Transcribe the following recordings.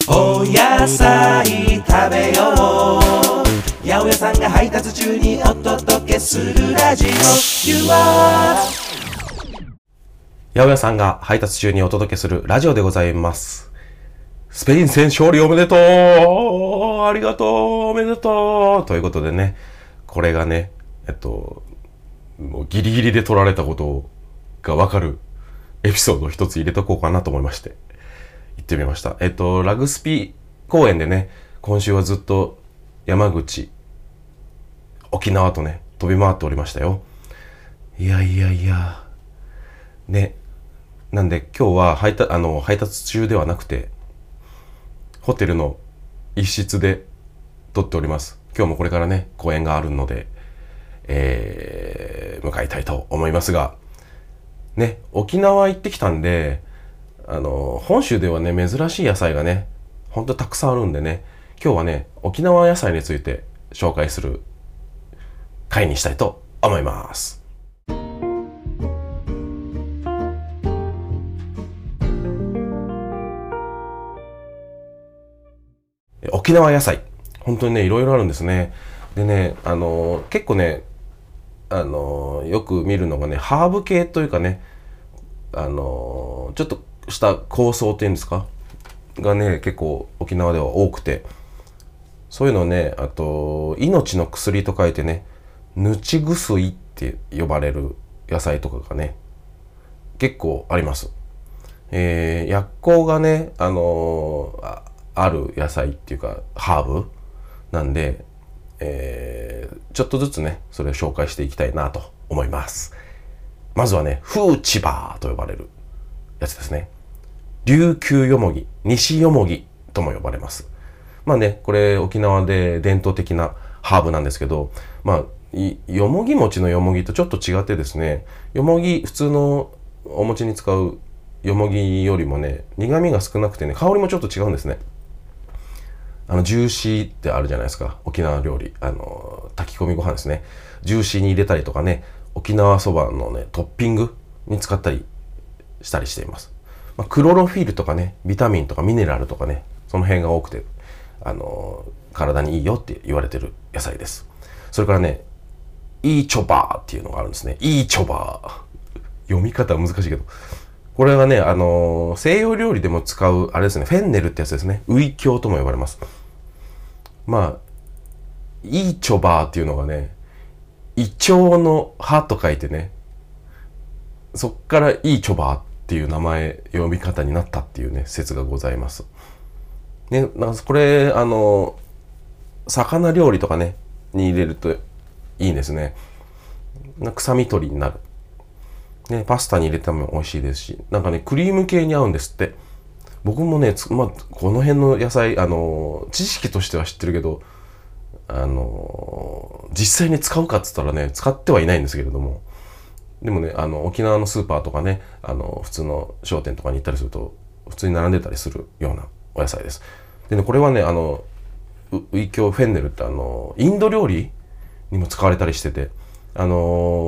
お野菜食べよう。八百屋さんが配達中にお届けするラジオ。You are 八百屋さんが配達中にお届けするラジオでございます。スペイン戦勝利おめでとう、ありがとう、おめでとうということでね、これがね、もうギリギリで取られたことがわかるエピソードを一つ入れとこうかなと思いまして行ってみました。ラグスピ公演でね、今週はずっと山口、沖縄とね飛び回っておりましたよ。いやね、なんで今日は配達中ではなくてホテルの一室で撮っております。今日もこれからね公演があるので、向かいたいと思いますがね、沖縄行ってきたんで、本州ではね珍しい野菜がねほんとたくさんあるんでね、今日はね沖縄野菜について紹介する回にしたいと思います。沖縄野菜本当にねいろいろあるんですね。でね、結構ねよく見るのがねハーブ系というかね、ちょっとした香草っていうんですかがね結構沖縄では多くて、そういうのね、あと命の薬と書いてねぬちぐすいって呼ばれる野菜とかがね結構あります。薬効がねある野菜っていうかハーブなんで、ちょっとずつねそれを紹介していきたいなと思います。まずはねフーチバーと呼ばれるやつですね。琉球よもぎ、西よもぎとも呼ばれます。まあね、これ沖縄で伝統的なハーブなんですけど、まあよもぎ餅のよもぎとちょっと違ってですね、よもぎ普通のお餅に使うよもぎよりもね苦味が少なくてね香りもちょっと違うんですね。ジューシーってあるじゃないですか、沖縄料理、炊き込みご飯ですね。ジューシーに入れたりとかね、沖縄そばのねトッピングに使ったりしたりしています。クロロフィルとかねビタミンとかミネラルとかねその辺が多くて体にいいよって言われてる野菜です。それからねイーチョバーっていうのがあるんですね。イーチョバー読み方は難しいけど、これがね西洋料理でも使うあれですね、フェンネルってやつですね。ウイキョウとも呼ばれます。まあイーチョバーっていうのがねイチョウの葉と書いてね、そっからイーチョバーっていう名前呼び方になったっていうね説がございます。ね、なんかこれ魚料理とかねに入れるといいんですね。臭み取りになる。ね、パスタに入れても美味しいですし、なんかねクリーム系に合うんですって。僕もねこの辺の野菜知識としては知ってるけど実際に使うかっつったらね使ってはいないんですけれども、でもね沖縄のスーパーとかね普通の商店とかに行ったりすると普通に並んでたりするようなお野菜です。でねこれはねウイキョウフェンネルってインド料理にも使われたりしてて、カレ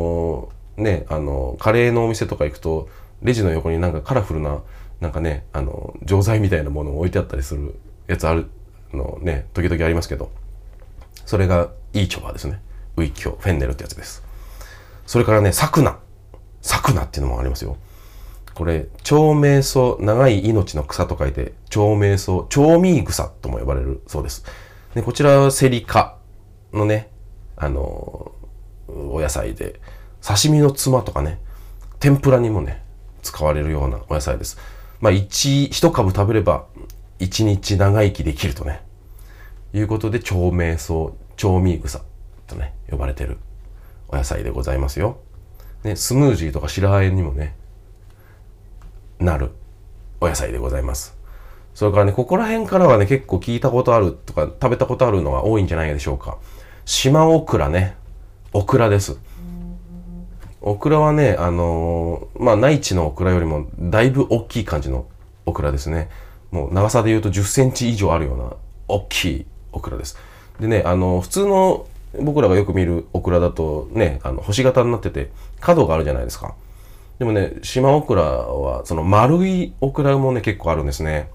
ーのお店とか行くとレジの横になんかカラフルななんかね錠剤みたいなものを置いてあったりするやつあるのね時々ありますけど、それがイーチョバーですね。ウイキョウフェンネルってやつです。それからねサクナっていうのもありますよ。これ長命草、長い命の草と書いて長命草、長命草とも呼ばれるそうです。でこちらはセリ科のねお野菜で、刺身のつまとかね天ぷらにもね使われるようなお野菜です。一株食べれば一日長生きできるとねいうことで長命草、長命草とね呼ばれてるお野菜でございますよ。ね、スムージーとか白あえにもねなるお野菜でございます。それからねここら辺からはね結構聞いたことあるとか食べたことあるのが多いんじゃないでしょうか。島オクラね、オクラです。オクラはね内地のオクラよりもだいぶ大きい感じのオクラですね。もう長さで言うと10センチ以上あるような大きいオクラです。でね普通の僕らがよく見るオクラだとね星型になってて角があるじゃないですか。でもね島オクラはその丸いオクラもね結構あるんですね。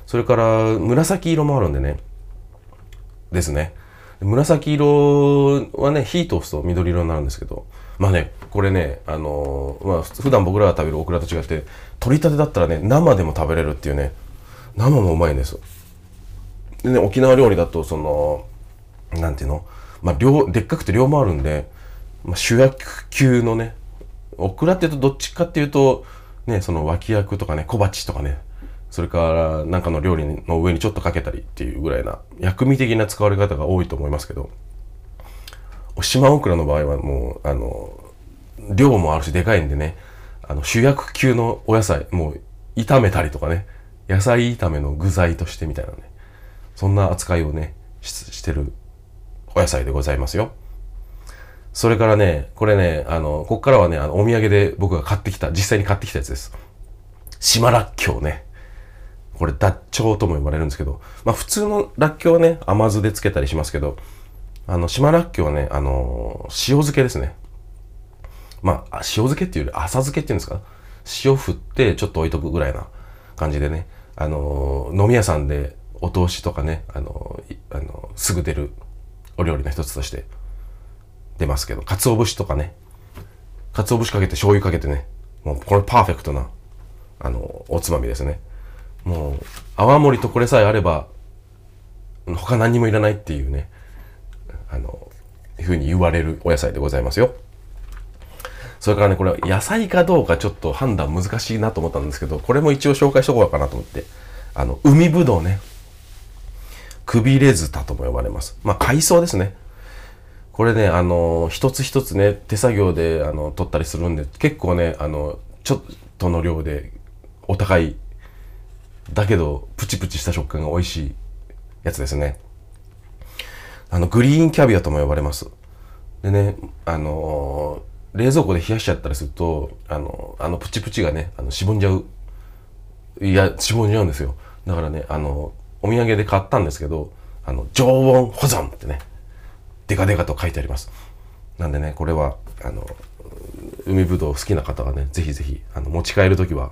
それから紫色もあるんでね、ですね。紫色はね、火通すと緑色になるんですけど、まあね、これね、普段僕らが食べるオクラと違って、取り立てだったらね、生でも食べれるっていうね、生もうまいんです。でね、沖縄料理だと、なんていうの、まあ、でっかくて量もあるんで、まあ、主役級のね、オクラって言うとどっちかっていうと、ね、その脇役とかね、小鉢とかね、それからなんかの料理の上にちょっとかけたりっていうぐらいな薬味的な使われ方が多いと思いますけど、島オクラの場合はもう量もあるしでかいんでね、主役級のお野菜、もう炒めたりとかね、野菜炒めの具材としてみたいなね、そんな扱いをねしてるお野菜でございますよ。それからね、これね、ここからはね、お土産で僕が実際に買ってきたやつです。島らっきょうね。これ、ダッチョウとも呼ばれるんですけど、まあ普通のらっきょうはね、甘酢でつけたりしますけど、島らっきょうはね、塩漬けですね。まあ、塩漬けっていうより浅漬けっていうんですか。塩振ってちょっと置いとくぐらいな感じでね、飲み屋さんでお通しとかね、すぐ出るお料理の一つとして出ますけど、鰹節とかね、鰹節かけて醤油かけてね、もうこれパーフェクトな、おつまみですね。もう、泡盛とこれさえあれば、他何にもいらないっていうね、いうふうに言われるお野菜でございますよ。それからね、これは野菜かどうかちょっと判断難しいなと思ったんですけど、これも一応紹介しとこうかなと思って、海ぶどうね、くびれズタとも呼ばれます。まあ、海藻ですね。これね、一つ一つね、手作業で、取ったりするんで、結構ね、ちょっとの量でお高い、だけど、プチプチした食感が美味しいやつですね。グリーンキャビアとも呼ばれます。でね、冷蔵庫で冷やしちゃったりすると、プチプチがね、しぼんじゃう。いや、しぼんじゃうんですよ。だからね、お土産で買ったんですけど、常温保存ってね、デカデカと書いてあります。なんでね、これは、海ぶどう好きな方はね、ぜひぜひ、持ち帰るときは、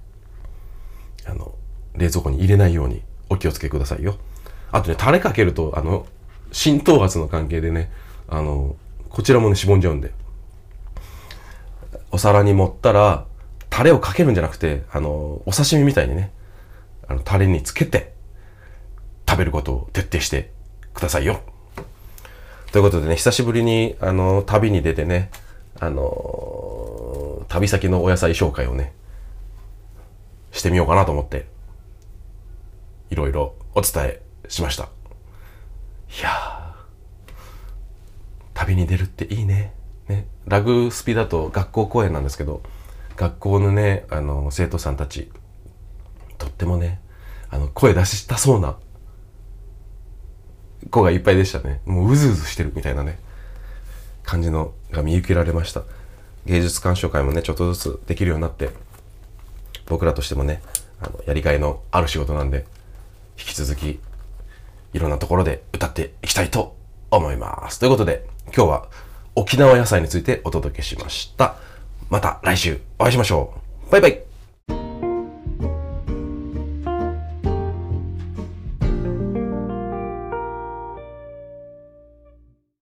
冷蔵庫に入れないようにお気をつけくださいよ。あとね、タレかけると、浸透圧の関係でね、こちらもね、しぼんじゃうんで、お皿に盛ったら、タレをかけるんじゃなくて、お刺身みたいにね、タレにつけて、食べることを徹底してくださいよ。ということでね、久しぶりに、旅に出てね、旅先のお野菜紹介をね、してみようかなと思って、いろいろお伝えしました。いやー、旅に出るっていいね。ね、ラグスピだと学校公演なんですけど、学校のね、生徒さんたち、とってもね、声出したそうな子がいっぱいでしたね。もううずうずしてるみたいなね、感じのが見受けられました。芸術鑑賞会もね、ちょっとずつできるようになって、僕らとしてもね、やりがいのある仕事なんで、引き続き、いろんなところで歌っていきたいと思います。ということで、今日は沖縄野菜についてお届けしました。また来週お会いしましょう。バイバイ。